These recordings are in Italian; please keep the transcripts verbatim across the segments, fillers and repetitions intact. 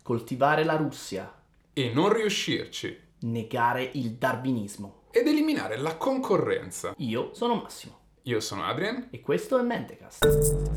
coltivare la Russia e non riuscirci, negare il darwinismo. ed eliminare la concorrenza. Io sono Massimo. Io sono Adrian. E questo è Mentecast.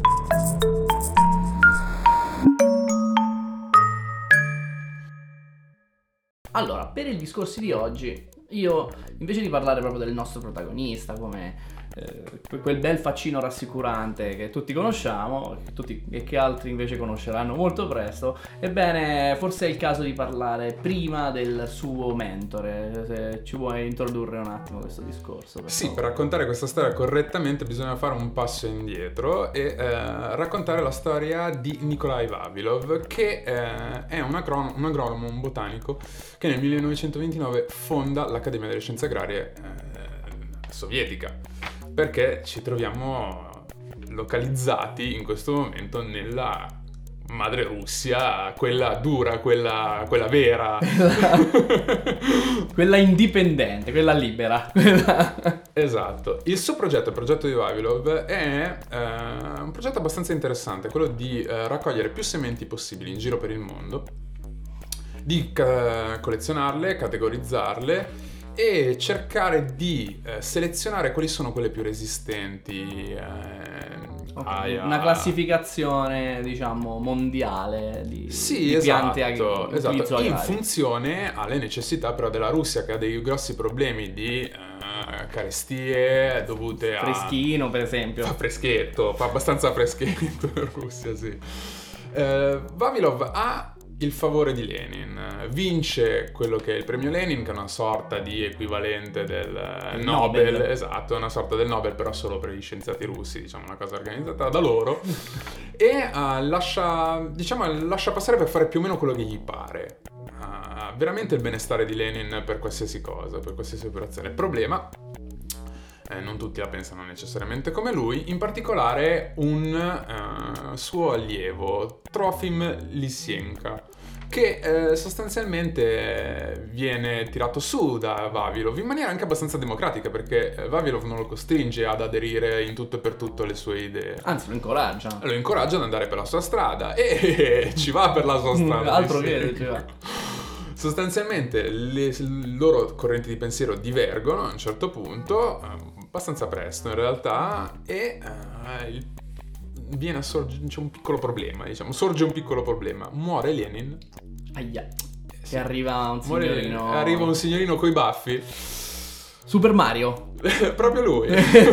Allora, per i discorsi di oggi, io invece di parlare proprio del nostro protagonista, come eh, quel bel faccino rassicurante che tutti conosciamo, che tutti, e che altri invece conosceranno molto presto, ebbene, forse è il caso di parlare prima del suo mentore. Se ci vuoi introdurre un attimo questo discorso. Per Sì, favore. per raccontare questa storia correttamente bisogna fare un passo indietro e eh, raccontare la storia di Nikolai Vavilov, che eh, è un, agron- un agronomo, un botanico, che nel millenovecentoventinove fonda l'Accademia delle Scienze Agrarie eh, sovietica, perché ci troviamo localizzati in questo momento nella madre Russia, quella dura, quella, quella vera. Quella indipendente, quella libera. Esatto. Il suo progetto, il progetto di Vavilov, è eh, un progetto abbastanza interessante, quello di eh, raccogliere più sementi possibili in giro per il mondo, di ca- collezionarle, categorizzarle e cercare di eh, selezionare quali sono quelle più resistenti. Eh, Okay, ai- una classificazione, diciamo, mondiale di, Sì, di esatto, piante agri- esatto. utilizzo In agrario. funzione alle necessità però della Russia, che ha dei grossi problemi di eh, carestie dovute a... Freschino, per esempio. Fa freschetto, fa abbastanza freschetto in Russia, sì. Eh, Vavilov ha il favore di Lenin, vince quello che è il premio Lenin, che è una sorta di equivalente del Il Nobel, Nobel. esatto, una sorta del Nobel però solo per gli scienziati russi, diciamo una cosa organizzata da loro, e uh, lascia, diciamo, lascia passare per fare più o meno quello che gli pare. Uh, veramente il benestare di Lenin per qualsiasi cosa, per qualsiasi operazione. Il problema... Eh, non tutti la pensano necessariamente come lui, in particolare un uh, suo allievo, Trofim Lysenko, che eh, sostanzialmente viene tirato su da Vavilov in maniera anche abbastanza democratica, perché eh, Vavilov non lo costringe ad aderire in tutto e per tutto alle sue idee. Anzi, lo incoraggia. Lo incoraggia ad andare per la sua strada e ci va per la sua strada. Altro Lysenko. che, ci va. Sostanzialmente le loro correnti di pensiero divergono a un certo punto, abbastanza presto in realtà, e uh, il, viene a sorge, c'è un piccolo problema, diciamo, sorge un piccolo problema, muore Lenin. Aia. Eh, Che sì. arriva un Muore Lenin. signorino... Arriva un signorino coi baffi. Super Mario. Proprio lui.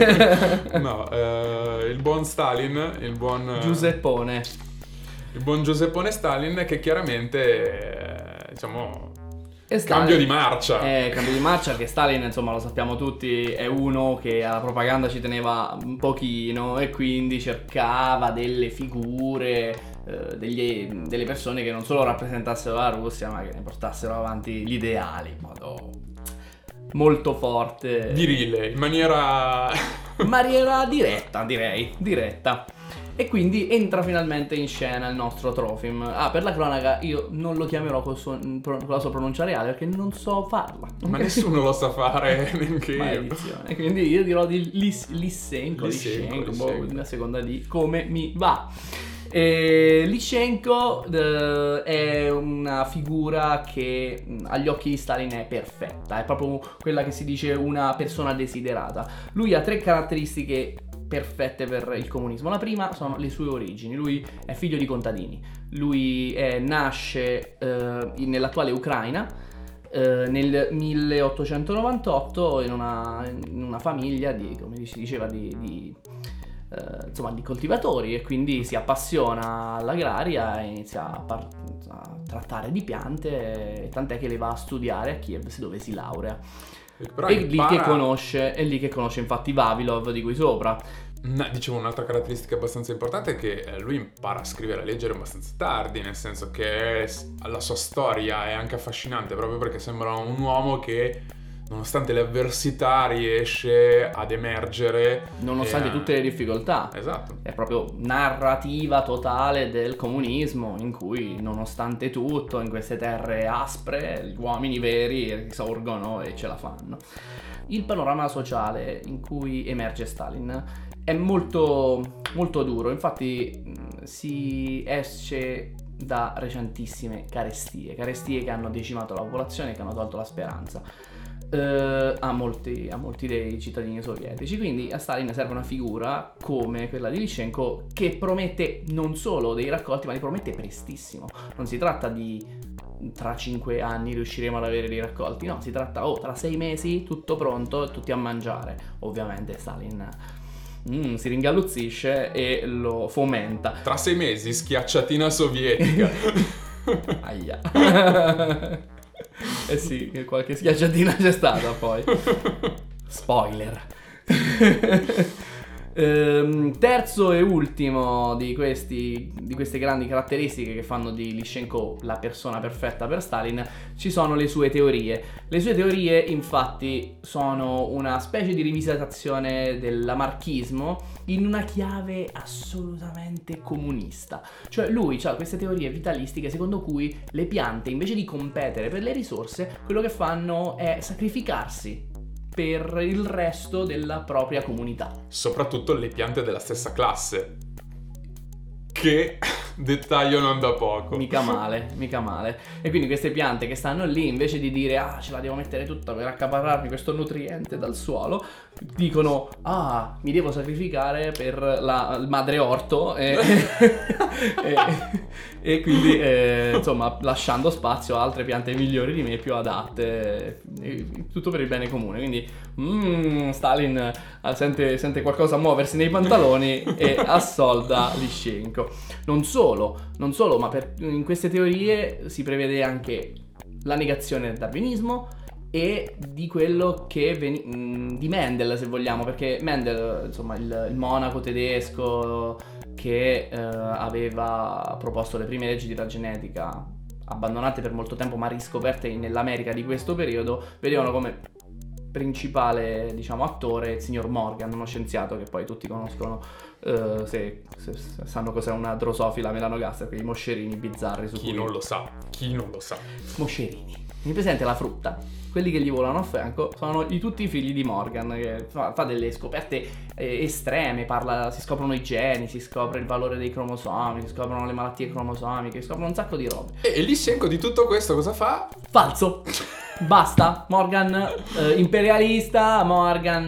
No, eh, il buon Stalin, il buon... Giuseppone. Il buon Giuseppone Stalin, che chiaramente, eh, diciamo... E Stalin- Cambio di marcia. Eh, cambio di marcia, che Stalin, insomma, lo sappiamo tutti, è uno che alla propaganda ci teneva un pochino e quindi cercava delle figure, eh, degli- delle persone che non solo rappresentassero la Russia, ma che ne portassero avanti gli ideali in modo molto forte. Virile, in maniera... In maniera diretta, direi, diretta. E quindi entra finalmente in scena il nostro Trofim. Ah, per la cronaca, io non lo chiamerò col suo- con la sua pronuncia reale perché non so farla. Ma nessuno lo sa fare, neanche io. Maledizione. Quindi io dirò di Lis- Lysenko, Lysenko, Lysenko, boh, Lysenko. a seconda di come mi va. E Lysenko eh, è una figura che mh, agli occhi di Stalin è perfetta, è proprio quella che si dice una persona desiderata. Lui ha tre caratteristiche perfette per il comunismo. La prima sono le sue origini. Lui è figlio di contadini. Lui eh, nasce eh, in- nell'attuale Ucraina eh, nel milleottocentonovantotto in una, in una famiglia di, come si diceva, di, di, eh, insomma, di coltivatori, e quindi si appassiona all'agraria e inizia a, par- a trattare di piante, tant'è che le va a studiare a Kiev, dove si laurea. Però È lì impara- che conosce, è lì che conosce infatti Vavilov di cui sopra. No, dicevo, un'altra caratteristica abbastanza importante è che eh, lui impara a scrivere e a leggere abbastanza tardi, nel senso che s- la sua storia è anche affascinante proprio perché sembra un uomo che, nonostante le avversità, riesce ad emergere. Nonostante e a- tutte le difficoltà. Esatto. È proprio narrativa totale del comunismo, in cui nonostante tutto in queste terre aspre gli uomini veri risorgono e ce la fanno. Il panorama sociale in cui emerge Stalin è molto, molto duro, infatti mh, si esce da recentissime carestie, carestie che hanno decimato la popolazione, che hanno tolto la speranza eh, a, molti, a molti dei cittadini sovietici. Quindi a Stalin serve una figura come quella di Lysenko che promette non solo dei raccolti, ma li promette prestissimo. Non si tratta di tra cinque anni riusciremo ad avere dei raccolti, no, si tratta oh tra sei mesi tutto pronto, tutti a mangiare. Ovviamente Stalin mm, si ringalluzzisce e lo fomenta. Tra sei mesi schiacciatina sovietica. Aia. Eh sì, qualche schiacciatina c'è stata poi. Spoiler. Ehm, terzo e ultimo di, questi, di queste grandi caratteristiche che fanno di Lysenko la persona perfetta per Stalin, ci sono le sue teorie. Le sue teorie infatti sono una specie di rivisitazione del lamarckismo in una chiave assolutamente comunista. Cioè lui ha queste teorie vitalistiche secondo cui le piante, invece di competere per le risorse, quello che fanno è sacrificarsi per il resto della propria comunità. Soprattutto le piante della stessa classe. Che dettaglio non da poco. Mica male, mica male. E quindi queste piante che stanno lì, invece di dire ah, ce la devo mettere tutta per accaparrarmi questo nutriente dal suolo, dicono ah, mi devo sacrificare per la il madre orto e, e, e quindi eh, insomma lasciando spazio a altre piante migliori di me, più adatte, e, tutto per il bene comune. Quindi mm, Stalin eh, sente, sente qualcosa muoversi nei pantaloni e assolda Lysenko. Non solo, non solo, ma per, in queste teorie si prevede anche la negazione del darwinismo e di quello che veni- mh, di Mendel, se vogliamo, perché Mendel, insomma, il, il monaco tedesco che eh, aveva proposto le prime leggi della genetica, abbandonate per molto tempo ma riscoperte nell'America di questo periodo, vedevano come principale, diciamo, attore il signor Morgan, uno scienziato che poi tutti conoscono uh, se, se, se sanno cos'è una drosofila melanogaster, quei moscerini bizzarri su chi cui... non lo sa, chi non lo sa. Moscerini. Mi presente la frutta? Quelli che gli volano a fianco sono i, tutti i figli di Morgan, che fa, fa delle scoperte eh, estreme, parla, si scoprono i geni, si scopre il valore dei cromosomi, si scoprono le malattie cromosomiche, si scoprono un sacco di robe. E, e Lysenko di tutto questo cosa fa? Falso! Basta, Morgan eh, imperialista, Morgan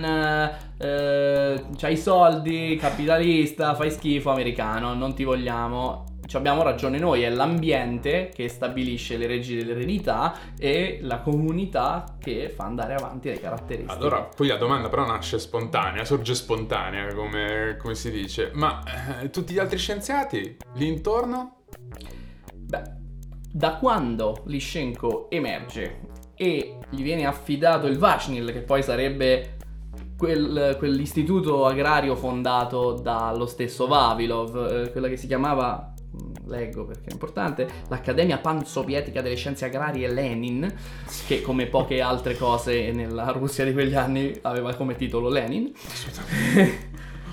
eh, c'ha i soldi, capitalista, fai schifo, americano, non ti vogliamo. Ci abbiamo ragione noi, è l'ambiente che stabilisce le leggi dell'eredità e la comunità che fa andare avanti le caratteristiche. Allora, poi la domanda però nasce spontanea, sorge spontanea, come, come si dice. Ma eh, tutti gli altri scienziati lì intorno? Beh, da quando Lysenko emerge e gli viene affidato il Vachnil, che poi sarebbe quel, quell'istituto agrario fondato dallo stesso Vavilov, eh, quella che si chiamava, leggo perché è importante, l'Accademia Pan-Sovietica delle Scienze Agrarie Lenin, che come poche altre cose nella Russia di quegli anni aveva come titolo Lenin. Assolutamente.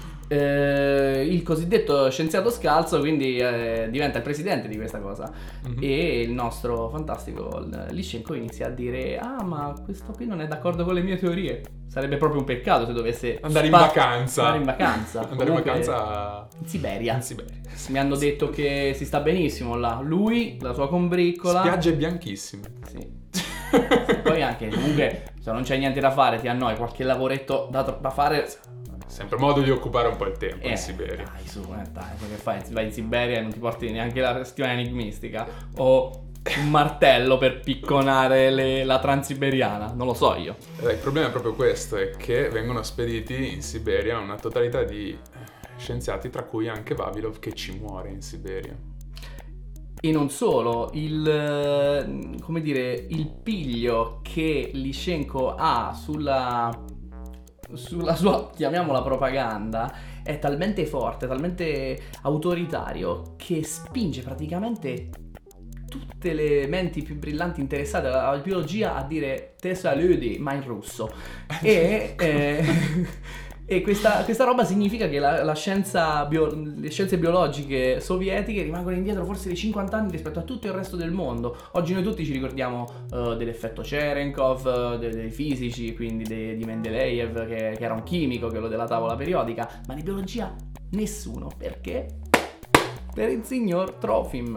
Eh, il cosiddetto scienziato scalzo quindi eh, diventa il presidente di questa cosa, mm-hmm. E il nostro fantastico Lysenko inizia a dire ah ma questo qui non è d'accordo con le mie teorie, sarebbe proprio un peccato se dovesse andare spa- in vacanza andare in vacanza andare in vacanza in Siberia. in Siberia Mi hanno detto che si sta benissimo là, lui, la sua combriccola, spiagge bianchissime, sì. Poi anche comunque se non c'è niente da fare, ti annoi, qualche lavoretto da, da fare, sempre modo di occupare un po' il tempo eh, in Siberia. Dai, su, eh, dai, che fai? Vai in Siberia e non ti porti neanche la settimana enigmistica o un martello per picconare le, la transiberiana, non lo so io. Eh, il problema è proprio questo, è che vengono spediti in Siberia una totalità di scienziati, tra cui anche Vavilov, che ci muore in Siberia. E non solo, il, come dire, il piglio che Lysenko ha sulla... sulla sua, chiamiamola, propaganda è talmente forte, talmente autoritario che spinge praticamente tutte le menti più brillanti interessate alla biologia a dire te saluti, ma in russo. E, eh, e questa, questa roba significa che la, la scienza bio, le scienze biologiche sovietiche rimangono indietro forse di cinquanta anni rispetto a tutto il resto del mondo. Oggi noi tutti ci ricordiamo uh, dell'effetto Cherenkov, uh, dei, dei fisici, quindi de, di Mendeleev, che, che era un chimico, quello della tavola periodica, ma di biologia nessuno. Perché? Per il signor Trofim.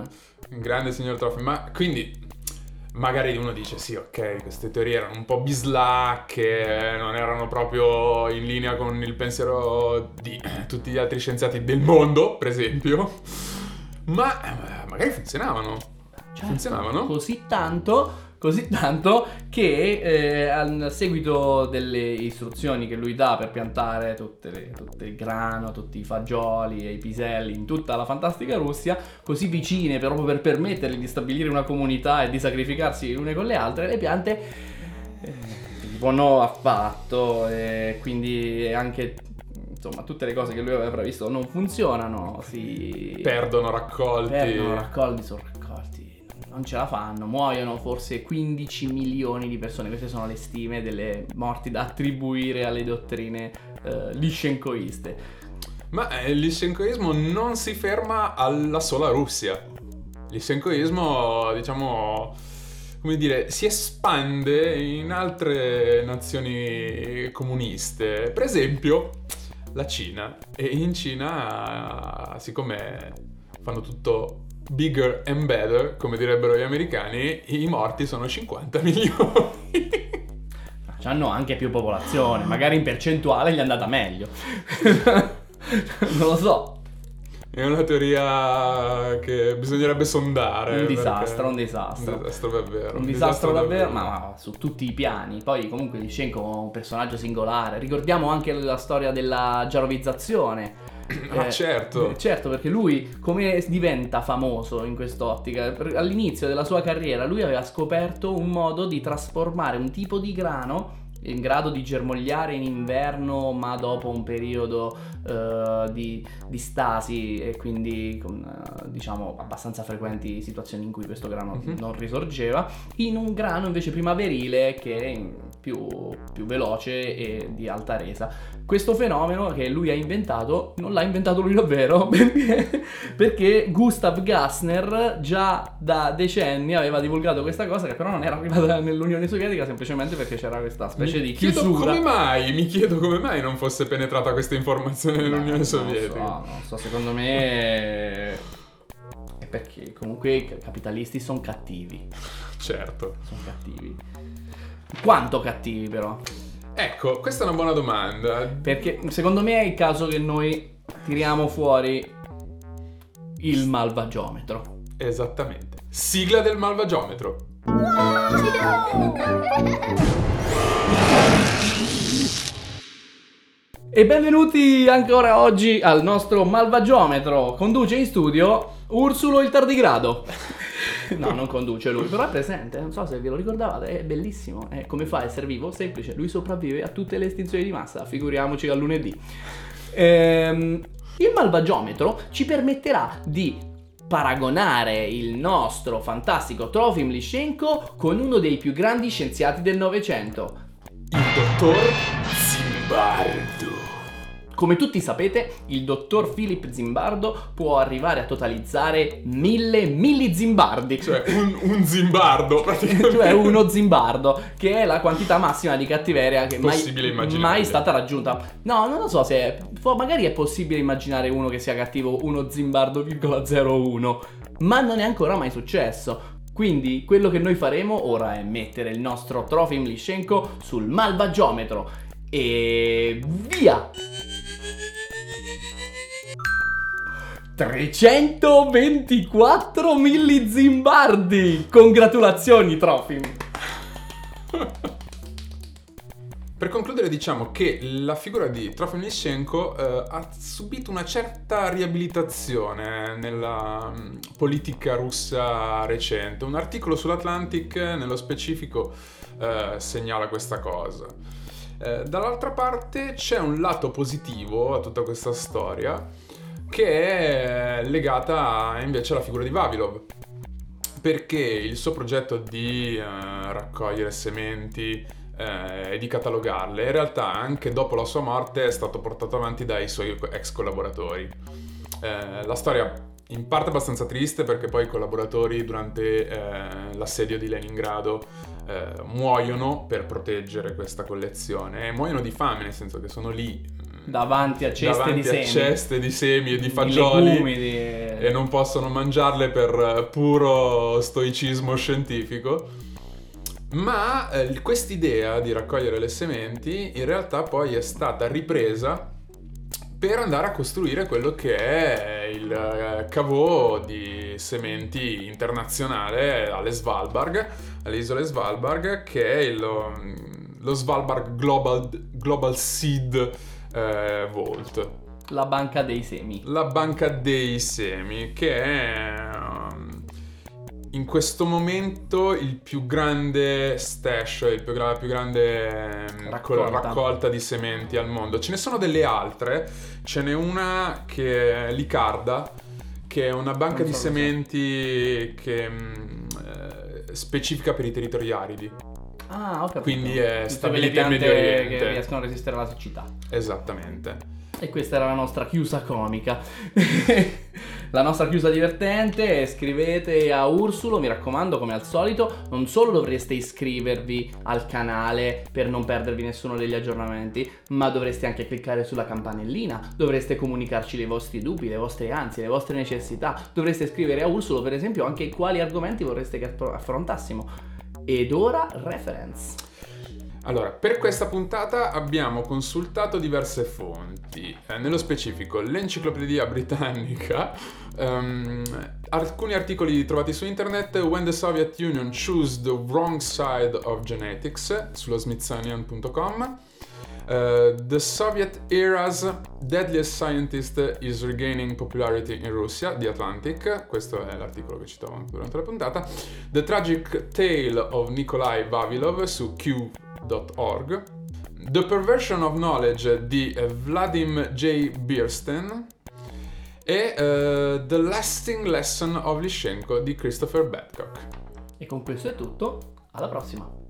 grande signor Trofim. Ma quindi magari uno dice sì, ok, queste teorie erano un po' bislacche, non erano proprio in linea con il pensiero di tutti gli altri scienziati del mondo, per esempio, ma magari funzionavano. Certo, funzionavano così tanto così tanto che eh, a seguito delle istruzioni che lui dà per piantare tutte le, tutto il grano, tutti i fagioli e i piselli in tutta la fantastica Russia, così vicine proprio per permettergli di stabilire una comunità e di sacrificarsi le une con le altre, le piante eh, tipo no affatto, e quindi anche insomma tutte le cose che lui aveva previsto non funzionano, si perdono raccolti, perdono raccolti su raccolti, non ce la fanno, muoiono forse quindici milioni di persone. Queste sono le stime delle morti da attribuire alle dottrine eh, liscenkoiste. Ma eh, il liscenkoismo non si ferma alla sola Russia. Il liscenkoismo, diciamo, come dire, si espande in altre nazioni comuniste, per esempio la Cina. E in Cina, siccome fanno tutto bigger and better, come direbbero gli americani, i morti sono cinquanta milioni. Hanno anche più popolazione, magari in percentuale gli è andata meglio. Non lo so. È una teoria che bisognerebbe sondare. Un disastro, perché... un disastro. Un disastro davvero. Un, un disastro, disastro davvero, davvero. Ma, ma su tutti i piani. Poi comunque Lysenko è un personaggio singolare. Ricordiamo anche la storia della giarovizzazione. Ah, eh, certo. Certo, perché lui come diventa famoso in quest'ottica? All'inizio della sua carriera lui aveva scoperto un modo di trasformare un tipo di grano in grado di germogliare in inverno, ma dopo un periodo uh, di, di stasi, e quindi con uh, diciamo abbastanza frequenti situazioni in cui questo grano mm-hmm. non risorgeva, in un grano invece primaverile che è più, più veloce e di alta resa. Questo fenomeno che lui ha inventato non l'ha inventato lui davvero, perché, perché Gustav Gassner già da decenni aveva divulgato questa cosa, che però non era arrivata nell'Unione Sovietica, semplicemente perché c'era questa specie mi di chiedo chiusura. Come mai, mi chiedo come mai non fosse penetrata questa informazione nell'Unione Beh, Sovietica. Non so, non so, secondo me è perché comunque i capitalisti sono cattivi. Certo. Sono cattivi. Quanto cattivi però? Ecco, questa è una buona domanda. Perché secondo me è il caso che noi tiriamo fuori il malvagiometro. Esattamente. Sigla del malvagiometro. E benvenuti ancora oggi al nostro malvagiometro. Conduce in studio Ursulo il tardigrado. No, non conduce lui, però è presente, non so se ve lo ricordavate, è bellissimo. E come fa a essere vivo? Semplice, lui sopravvive a tutte le estinzioni di massa, figuriamoci al lunedì. Ehm, il malvagiometro ci permetterà di paragonare il nostro fantastico Trofim Lysenko con uno dei più grandi scienziati del Novecento, il dottor Zimbardo. Come tutti sapete, il dottor Philip Zimbardo può arrivare a totalizzare mille millizimbardi. Cioè un, un zimbardo praticamente. Cioè uno zimbardo, che è la quantità massima di cattiveria che mai, mai stata raggiunta. No, non lo so se è, magari è possibile immaginare uno che sia cattivo uno zimbardo virgola zero uno, ma non è ancora mai successo. Quindi quello che noi faremo ora è mettere il nostro Trofim Lysenko sul malvagiometro e via! trecentoventiquattro millizimbardi! Congratulazioni, Trofim! Per concludere, diciamo che la figura di Trofim Lysenko eh, ha subito una certa riabilitazione nella um, politica russa recente. Un articolo sull'Atlantic, nello specifico, eh, segnala questa cosa. Eh, dall'altra parte c'è un lato positivo a tutta questa storia, che è legata invece alla figura di Vavilov, perché il suo progetto di eh, raccogliere sementi eh, e di catalogarle in realtà anche dopo la sua morte è stato portato avanti dai suoi ex collaboratori. Eh, la storia in parte abbastanza triste, perché poi i collaboratori durante eh, l'assedio di Leningrado eh, muoiono per proteggere questa collezione, e muoiono di fame, nel senso che sono lì davanti a ceste davanti di semi, a ceste di semi e di di fagioli legumi, di... e non possono mangiarle per puro stoicismo scientifico. Ma eh, quest'idea di raccogliere le sementi in realtà poi è stata ripresa per andare a costruire quello che è il eh, cavò di sementi internazionale alle Svalbard, alle isole Svalbard, che è il, lo Svalbard Global, Global Seed eh, Vault. La banca dei semi. La banca dei semi, che è um, in questo momento il più grande stash, il più, gra- più grande um, Raccolta. raccolta di sementi al mondo. Ce ne sono delle altre, ce n'è una che è l'Icarda, che è una banca Non di so sementi che um, eh, specifica per i territori aridi. Ah, ho capito. Quindi è Tutte stabilita quelle in piante Medio Oriente. che riescono a resistere alla siccità. Esattamente. E questa era la nostra chiusa comica. La nostra chiusa divertente. Scrivete a Ursulo, mi raccomando, come al solito. Non solo dovreste iscrivervi al canale per non perdervi nessuno degli aggiornamenti, ma dovreste anche cliccare sulla campanellina. Dovreste comunicarci i vostri dubbi, le vostre ansie, le vostre necessità. Dovreste scrivere a Ursulo, per esempio, anche quali argomenti vorreste che affrontassimo. Ed ora, reference. Allora, per questa puntata abbiamo consultato diverse fonti, eh, nello specifico l'Enciclopedia Britannica, um, alcuni articoli trovati su internet, When the Soviet Union Chose the Wrong Side of Genetics, sullo smithsonian punto com, uh, The Soviet Era's Deadliest Scientist is Regaining Popularity in Russia, The Atlantic, questo è l'articolo che citavo durante la puntata, The Tragic Tale of Nikolai Vavilov su Q dot org, The Perversion of Knowledge di Vladim J. Biersten e uh, The Lasting Lesson of Lysenko di Christopher Babcock. E con questo è tutto, alla prossima!